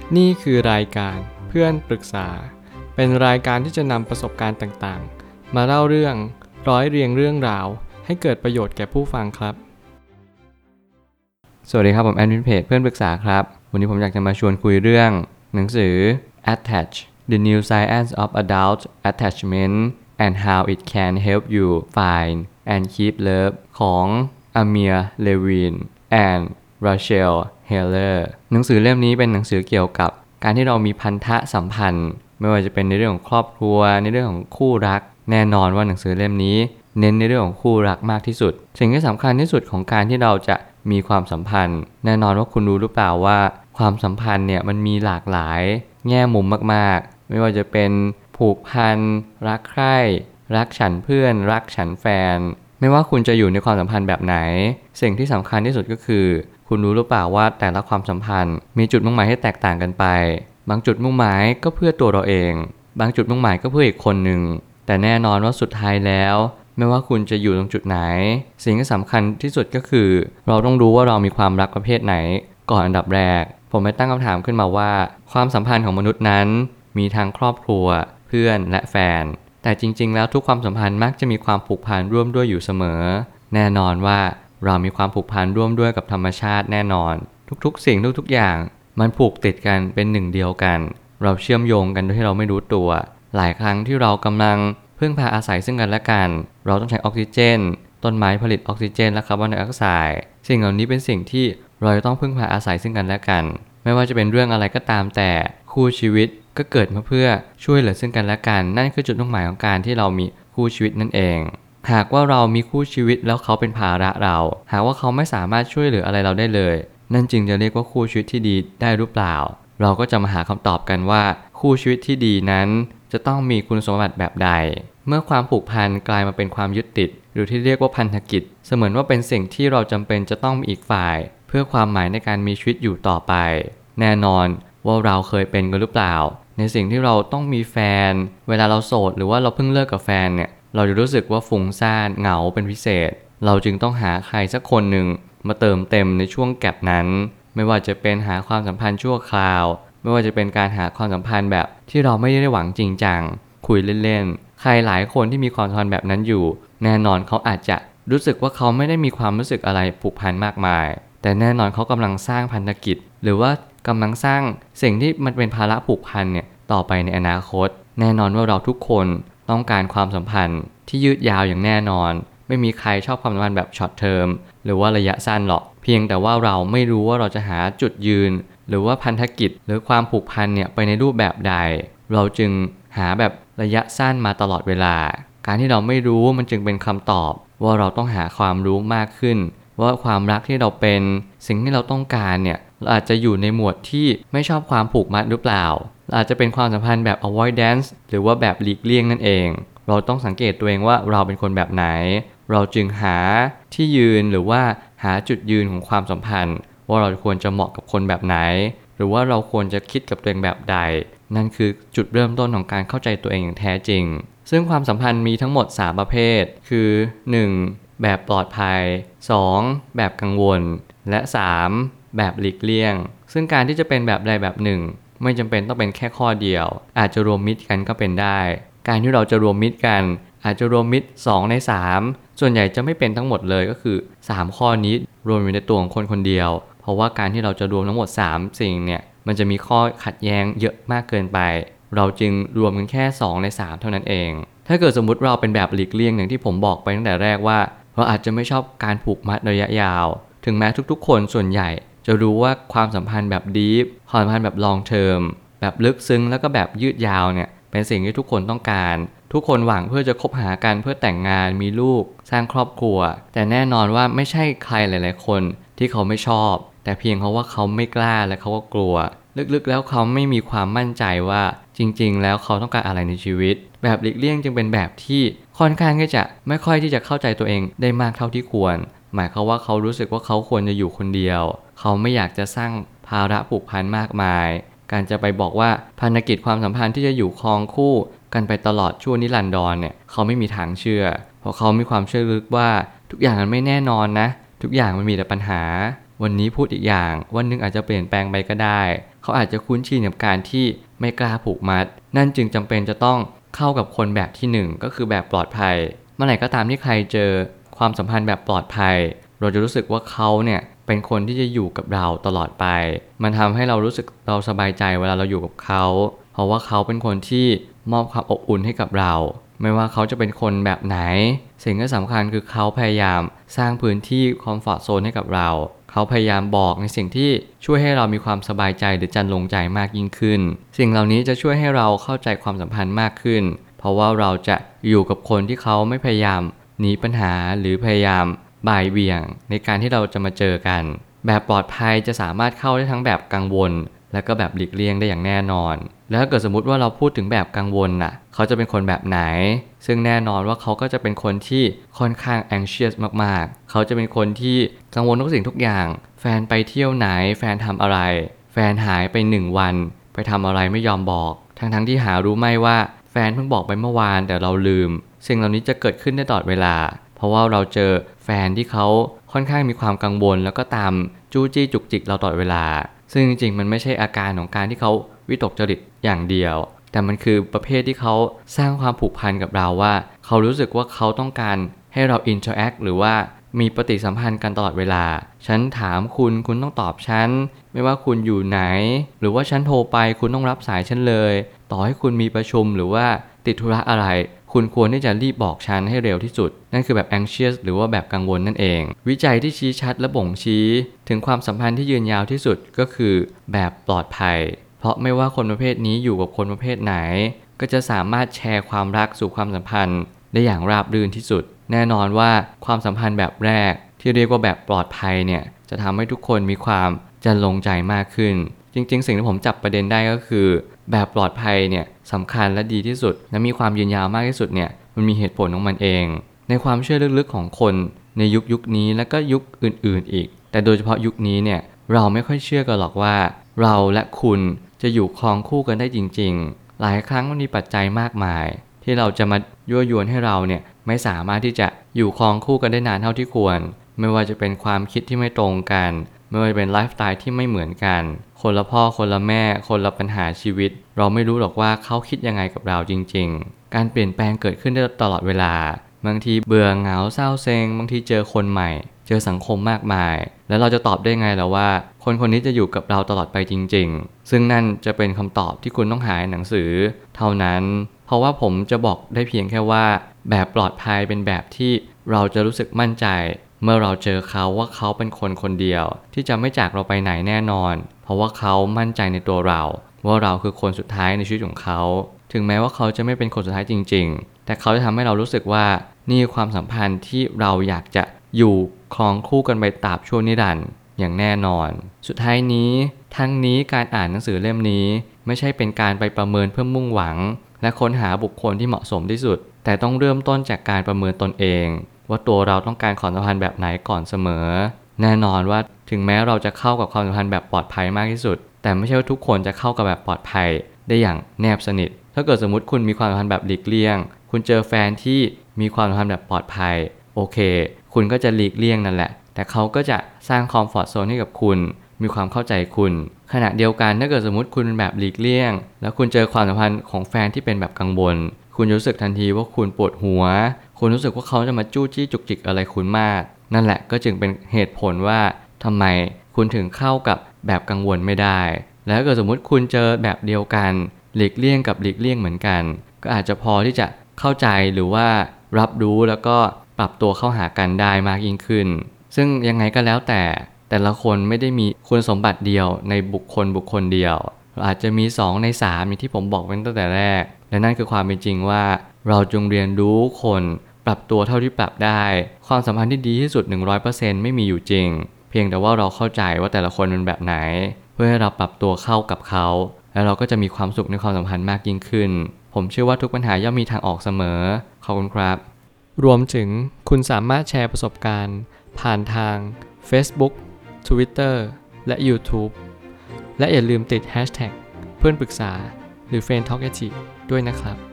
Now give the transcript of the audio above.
นี่คือรายการเพื่อนปรึกษาเป็นรายการที่จะนำประสบการณ์ต่างๆมาเล่าเรื่องร้อยเรียงเรื่องราวให้เกิดประโยชน์แก่ผู้ฟังครับสวัสดีครับผมแอดมินเพจเพื่อนปรึกษาครับวันนี้ผมอยากจะมาชวนคุยเรื่องหนังสือ Attach: The New Science of Adult Attachment and How It Can Help You Find and Keep Love ของ Amir Levine and Rachel Heller หนังสือเล่มนี้เป็นหนังสือเกี่ยวกับการที่เรามีพันธะสัมพันธ์ไม่ว่าจะเป็นในเรื่องของครอบครัวในเรื่องของคู่รักแน่นอนว่าหนังสือเล่มนี้เน้นในเรื่องของคู่รักมากที่สุดสิ่งที่สำคัญที่สุดของการที่เราจะมีความสัมพันธ์แน่นอนว่าคุณรู้หรือเปล่าว่าความสัมพันธ์เนี่ยมันมีหลากหลายแง่มุมมากๆไม่ว่าจะเป็นผูกพันรักใคร่รักฉันเพื่อนรักฉันแฟนไม่ว่าคุณจะอยู่ในความสัมพันธ์แบบไหนสิ่งที่สำคัญที่สุดก็คือคุณรู้หรือเปล่าว่าแต่ละความสัมพันธ์มีจุดมุ่งหมายที่แตกต่างกันไปบางจุดมุ่งหมายก็เพื่อตัวเราเองบางจุดมุ่งหมายก็เพื่ออีกคนหนึ่งแต่แน่นอนว่าสุดท้ายแล้วไม่ว่าคุณจะอยู่ตรงจุดไหนสิ่งที่สำคัญที่สุดก็คือเราต้องรู้ว่าเรามีความรักประเภทไหนก่อนอันดับแรกผมได้ตั้งคำถามขึ้นมาว่าความสัมพันธ์ของมนุษย์นั้นมีทั้งครอบครัวเพื่อนและแฟนแต่จริงๆแล้วทุกความสัมพันธ์มักจะมีความผูกพันร่วมด้วยอยู่เสมอแน่นอนว่าเรามีความผูกพันร่วมด้วยกับธรรมชาติแน่นอนทุกๆสิ่งทุกๆอย่างมันผูกติดกันเป็นหนึ่งเดียวกันเราเชื่อมโยงกันโดยที่เราไม่รู้ตัวหลายครั้งที่เรากำลังพึ่งพาอาศัยซึ่งกันและกันเราต้องใช้ออกซิเจนต้นไม้ผลิตออกซิเจนและคาร์บอนไดออกไซด์สิ่งเหล่านี้เป็นสิ่งที่เราจะต้องพึ่งพาอาศัยซึ่งกันและกันไม่ว่าจะเป็นเรื่องอะไรก็ตามแต่คู่ชีวิตก็เกิดมาเพื่อช่วยเหลือซึ่งกันและกันนั่นคือจุดมุ่งหมายของการที่เรามีคู่ชีวิตนั่นเองหากว่าเรามีคู่ชีวิตแล้วเขาเป็นภาระเราหากว่าเขาไม่สามารถช่วยเหลืออะไรเราได้เลยนั่นจึงจะเรียกว่าคู่ชีวิตที่ดีได้หรือเปล่าเราก็จะมาหาคำตอบกันว่าคู่ชีวิตที่ดีนั้นจะต้องมีคุณสมบัติแบบใดเมื่อความผูกพันกลายมาเป็นความยึดติดหรือที่เรียกว่าพันธกิจเสมือนว่าเป็นสิ่งที่เราจำเป็นจะต้องมีอีกฝ่ายเพื่อความหมายในการมีชีวิตอยู่ต่อไปแน่นอนว่าเราเคยเป็นกันหรือเปล่าในสิ่งที่เราต้องมีแฟนเวลาเราโสดหรือว่าเราเพิ่งเลิกกับแฟนเนี่ยเราจะรู้สึกว่าฟุ้งซ่านเหงาเป็นพิเศษเราจึงต้องหาใครสักคนหนึ่งมาเติมเต็มในช่วงแก็ปนั้นไม่ว่าจะเป็นหาความสัมพันธ์ชั่วคราวไม่ว่าจะเป็นการหาความสัมพันธ์แบบที่เราไม่ได้หวังจริงจังคุยเล่นๆใครหลายคนที่มีความสัมพันธ์แบบนั้นอยู่แน่นอนเขาอาจจะรู้สึกว่าเขาไม่ได้มีความรู้สึกอะไรผูกพันมากมายแต่แน่นอนเขากำลังสร้างพันธกิจหรือว่ากำลังสร้างสิ่งที่มันเป็นภาระผูกพันเนี่ยต่อไปในอนาคตแน่นอนว่าเราทุกคนต้องการความสัมพันธ์ที่ยืดยาวอย่างแน่นอนไม่มีใครชอบความสัมพันธ์แบบช็อตเทอมหรือว่าระยะสั้นหรอกเพียงแต่ว่าเราไม่รู้ว่าเราจะหาจุดยืนหรือว่าพันธกิจหรือความผูกพันเนี่ยไปในรูปแบบใดเราจึงหาแบบระยะสั้นมาตลอดเวลาการที่เราไม่รู้มันจึงเป็นคำตอบว่าเราต้องหาความรู้มากขึ้นว่าความรักที่เราเป็นสิ่งที่เราต้องการเนี่ยเราอาจจะอยู่ในหมวดที่ไม่ชอบความผูกมัดหรือเปล่าเราอาจจะเป็นความสัมพันธ์แบบ avoidance หรือว่าแบบหลีกเลี่ยงนั่นเองเราต้องสังเกตตัวเองว่าเราเป็นคนแบบไหนเราจึงหาที่ยืนหรือว่าหาจุดยืนของความสัมพันธ์ว่าเราควรจะเหมาะกับคนแบบไหนหรือว่าเราควรจะคิดกับตัวเองแบบใดนั่นคือจุดเริ่มต้นของการเข้าใจตัวเองอย่างแท้จริงซึ่งความสัมพันธ์มีทั้งหมด3ประเภทคือ 1. แบบปลอดภัย 2. แบบกังวลและ 3. แบบหลีกเลี่ยงซึ่งการที่จะเป็นแบบใดแบบหนึ่งไม่จำเป็นต้องเป็นแค่ข้อเดียวอาจจะรวมมิตรกันก็เป็นได้การที่เราจะรวมมิตรกันอาจจะรวมมิตร2ใน3ส่วนใหญ่จะไม่เป็นทั้งหมดเลยก็คือ3ข้อนี้รวมอยู่ในตัวของคนคนเดียวเพราะว่าการที่เราจะรวมทั้งหมด3สิ่งเนี่ยมันจะมีข้อขัดแย้งเยอะมากเกินไปเราจึงรวมกันแค่2ใน3เท่านั้นเองถ้าเกิดสมมุติเราเป็นแบบหลีกเลี่ยงอย่างที่ผมบอกไปตั้งแต่แรกว่าเราอาจจะไม่ชอบการผูกมัดระยะยาวถึงแม้ทุกๆคนส่วนใหญ่จะรู้ว่าความสัมพันธ์แบบดีฟความสัมพันธ์แบบลองเทอมแบบลึกซึ้งแล้วก็แบบยืดยาวเนี่ยเป็นสิ่งที่ทุกคนต้องการทุกคนหวังเพื่อจะคบหากันเพื่อแต่งงานมีลูกสร้างครอบครัวแต่แน่นอนว่าไม่ใช่ใครหลายๆคนที่เขาไม่ชอบแต่เพียงเพราะว่าเขาไม่กล้าและเขาก็กลัวลึกๆแล้วเขาไม่มีความมั่นใจว่าจริงๆแล้วเขาต้องการอะไรในชีวิตแบบหลีกเลี่ยงจึงเป็นแบบที่ค่อนข้างที่จะไม่ค่อยที่จะเข้าใจตัวเองได้มากเท่าที่ควรหมายความว่าเขารู้สึกว่าเขาควรจะอยู่คนเดียวเขาไม่อยากจะสร้างภาระผูกพันมากมายการจะไปบอกว่าพันธกิจความสัมพันธ์ที่จะอยู่ครองคู่กันไปตลอดชั่วนิรันดรเนี่ยเขาไม่มีทางเชื่อเพราะเขามีความเชื่อลึกว่าทุกอย่างมันไม่แน่นอนนะทุกอย่างมันมีแต่ปัญหาวันนี้พูดอีกอย่างวันหนึ่งอาจจะเปลี่ยนแปลงไปก็ได้เขาอาจจะคุ้นชินกับการที่ไม่กล้าผูกมัดนั่นจึงจำเป็นจะต้องเข้ากับคนแบบที่หนึ่งก็คือแบบปลอดภัยเมื่อไหร่ก็ตามที่ใครเจอความสัมพันธ์แบบปลอดภัยเราจะรู้สึกว่าเขาเนี่ยเป็นคนที่จะอยู่กับเราตลอดไปมันทำให้เรารู้สึกเราสบายใจเวลาเราอยู่กับเขาเพราะว่าเขาเป็นคนที่มอบความอบอุ่นให้กับเราไม่ว่าเขาจะเป็นคนแบบไหนสิ่งที่สำคัญคือเขาพยายามสร้างพื้นที่คอมฟอร์ตโซนให้กับเราเขาพยายามบอกในสิ่งที่ช่วยให้เรามีความสบายใจหรือจันลงใจมากยิ่งขึ้นสิ่งเหล่านี้จะช่วยให้เราเข้าใจความสัมพันธ์มากขึ้นเพราะว่าเราจะอยู่กับคนที่เขาไม่พยายามหนีปัญหาหรือพยายามบ่ายเบี่ยงในการที่เราจะมาเจอกันแบบปลอดภัยจะสามารถเข้าได้ทั้งแบบกังวลและก็แบบหลีกเลี่ยงได้อย่างแน่นอนแล้วถ้าเกิดสมมติว่าเราพูดถึงแบบกังวลน่ะเขาจะเป็นคนแบบไหนซึ่งแน่นอนว่าเขาก็จะเป็นคนที่ค่อนข้าง anxious มากๆเขาจะเป็นคนที่กังวลทุกสิ่งทุกอย่างแฟนไปเที่ยวไหนแฟนทำอะไรแฟนหายไป1 วันไปทำอะไรไม่ยอมบอกทั้งที่หารู้ไหมว่าแฟนเพิ่งบอกไปเมื่อวานแต่เราลืมสิ่งเหล่านี้จะเกิดขึ้นได้ตลอดเวลาเพราะว่าเราเจอแฟนที่เขาค่อนข้างมีความกังวลแล้วก็ตามจู้จี้จุกจิกเราตลอดเวลาซึ่งจริงๆมันไม่ใช่อาการของการที่เขาวิตกจริตอย่างเดียวแต่มันคือประเภทที่เขาสร้างความผูกพันกับเราว่าเขารู้สึกว่าเขาต้องการให้เรา interact หรือว่ามีปฏิสัมพันธ์กันตลอดเวลาฉันถามคุณต้องตอบฉันไม่ว่าคุณอยู่ไหนหรือว่าฉันโทรไปคุณต้องรับสายฉันเลยต่อให้คุณมีประชุมหรือว่าติดธุระอะไรคุณควรที่จะรีบบอกฉันให้เร็วที่สุดนั่นคือแบบ anxious หรือว่าแบบกังวลนั่นเองวิจัยที่ชี้ชัดและบ่งชี้ถึงความสัมพันธ์ที่ยืนยาวที่สุดก็คือแบบปลอดภัยเพราะไม่ว่าคนประเภทนี้อยู่กับคนประเภทไหนก็จะสามารถแชร์ความรักสู่ความสัมพันธ์ได้อย่างราบรื่นที่สุดแน่นอนว่าความสัมพันธ์แบบแรกที่เรียกว่าแบบปลอดภัยเนี่ยจะทำให้ทุกคนมีความจันลงใจมากขึ้นจริงๆสิ่งที่ผมจับประเด็นได้ก็คือแบบปลอดภัยเนี่ยสำคัญและดีที่สุดและมีความยืนยาวมากที่สุดเนี่ยมันมีเหตุผลของมันเองในความเชื่อลึกๆของคนในยุคนี้และก็ยุคอื่นๆอีกแต่โดยเฉพาะยุคนี้เนี่ยเราไม่ค่อยเชื่อกันหรอกว่าเราและคุณจะอยู่ครองคู่กันได้จริงๆหลายครั้งมันมีปัจจัยมากมายที่เราจะมายั่วยวนให้เราเนี่ยไม่สามารถที่จะอยู่ครองคู่กันได้นานเท่าที่ควรไม่ว่าจะเป็นความคิดที่ไม่ตรงกันไม่ว่าจะเป็นไลฟ์สไตล์ที่ไม่เหมือนกันคนละพ่อคนละแม่คนละปัญหาชีวิตเราไม่รู้หรอกว่าเขาคิดยังไงกับเราจริงๆการเปลี่ยนแปลงเกิดขึ้นได้ตลอดเวลาบางทีเบื่อเหงาเศร้าเซ็งบางทีเจอคนใหม่เจอสังคมมากมายแล้วเราจะตอบได้ไงล่ะว่าคนคนนี้จะอยู่กับเราตลอดไปจริงๆซึ่งนั่นจะเป็นคำตอบที่คุณต้องหาในหนังสือเท่านั้นเพราะว่าผมจะบอกได้เพียงแค่ว่าแบบปลอดภัยเป็นแบบที่เราจะรู้สึกมั่นใจเมื่อเราเจอเขาว่าเขาเป็นคนคนเดียวที่จะไม่จากเราไปไหนแน่นอนเพราะว่าเขามั่นใจในตัวเราว่าเราคือคนสุดท้ายในชีวิตของเขาถึงแม้ว่าเขาจะไม่เป็นคนสุดท้ายจริงๆแต่เขาจะทำให้เรารู้สึกว่านี่ความสัมพันธ์ที่เราอยากจะอยู่ครองคู่กันไปตราบชั่วนิรันดร์อย่างแน่นอนสุดท้ายนี้ทั้งนี้การอ่านหนังสือเล่มนี้ไม่ใช่เป็นการไปประเมินเพื่อมุ่งหวังและค้นหาบุคคลที่เหมาะสมที่สุดแต่ต้องเริ่มต้นจากการประเมินตนเองว่าตัวเราต้องการความสัมพันธ์แบบไหนก่อนเสมอแน่นอนว่าถึงแม้เราจะเข้ากับความสัมพันธ์แบบปลอดภัยมากที่สุดแต่ไม่ใช่ว่าทุกคนจะเข้ากับแบบปลอดภัยได้อย่างแนบสนิทถ้าเกิดสมมุติคุณมีความสัมพันธ์แบบหลีกเลี่ยงคุณเจอแฟนที่มีความสัมพันธ์แบบปลอดภัยโอเคคุณก็จะหลีกเลี่ยงนั่นแหละแต่เขาก็จะสร้างคอมฟอร์ตโซนให้กับคุณมีความเข้าใจคุณขณะเดียวกันถ้าเกิดสมมุติคุณเป็นแบบหลีกเลี่ยงแล้วคุณเจอความสัมพันธ์ของแฟนที่เป็นแบบกังวลคุณรู้สึกทันทีว่าคุณปวดหัวคุณรู้สึกว่าเขาจะมาจู้จี้จุกจิกอะไรคุณมากนั่นแหละก็จึงเป็นเหตุผลว่าทำไมคุณถึงเข้ากับแบบกังวลไม่ได้แล้วถ้าเกิดสมมุติคุณเจอแบบเดียวกันหลีกเลี่ยงกับหลีกเลี่ยงเหมือนกันก็อาจจะพอที่จะเข้าใจหรือว่ารับรู้แล้วก็ปรับตัวเข้าหากันได้มากยิ่งขึ้นซึ่งยังไงก็แล้วแต่ละคนไม่ได้มีคุณสมบัติเดียวในบุคคลเดียวอาจจะมี2ใน3อย่างที่ผมบอกไว้ตั้งแต่แรกและนั่นคือความเป็นจริงว่าเราจงเรียนรู้คนปรับตัวเท่าที่ปรับได้ความสัมพันธ์ที่ดีที่สุด 100% ไม่มีอยู่จริงเพียงแต่ว่าเราเข้าใจว่าแต่ละคนเป็นแบบไหนเพื่อให้เราปรับตัวเข้ากับเขาแล้วเราก็จะมีความสุขในความสัมพันธ์มากยิ่งขึ้นผมเชื่อว่าทุกปัญหาย่อมมีทางออกเสมอขอบคุณครับรวมถึงคุณสามารถแชร์ประสบการณ์ผ่านทาง Facebook Twitter และ YouTube และอย่าลืมติด Hashtag เพื่อนปรึกษาหรือ Friend Talk ด้วยนะครับ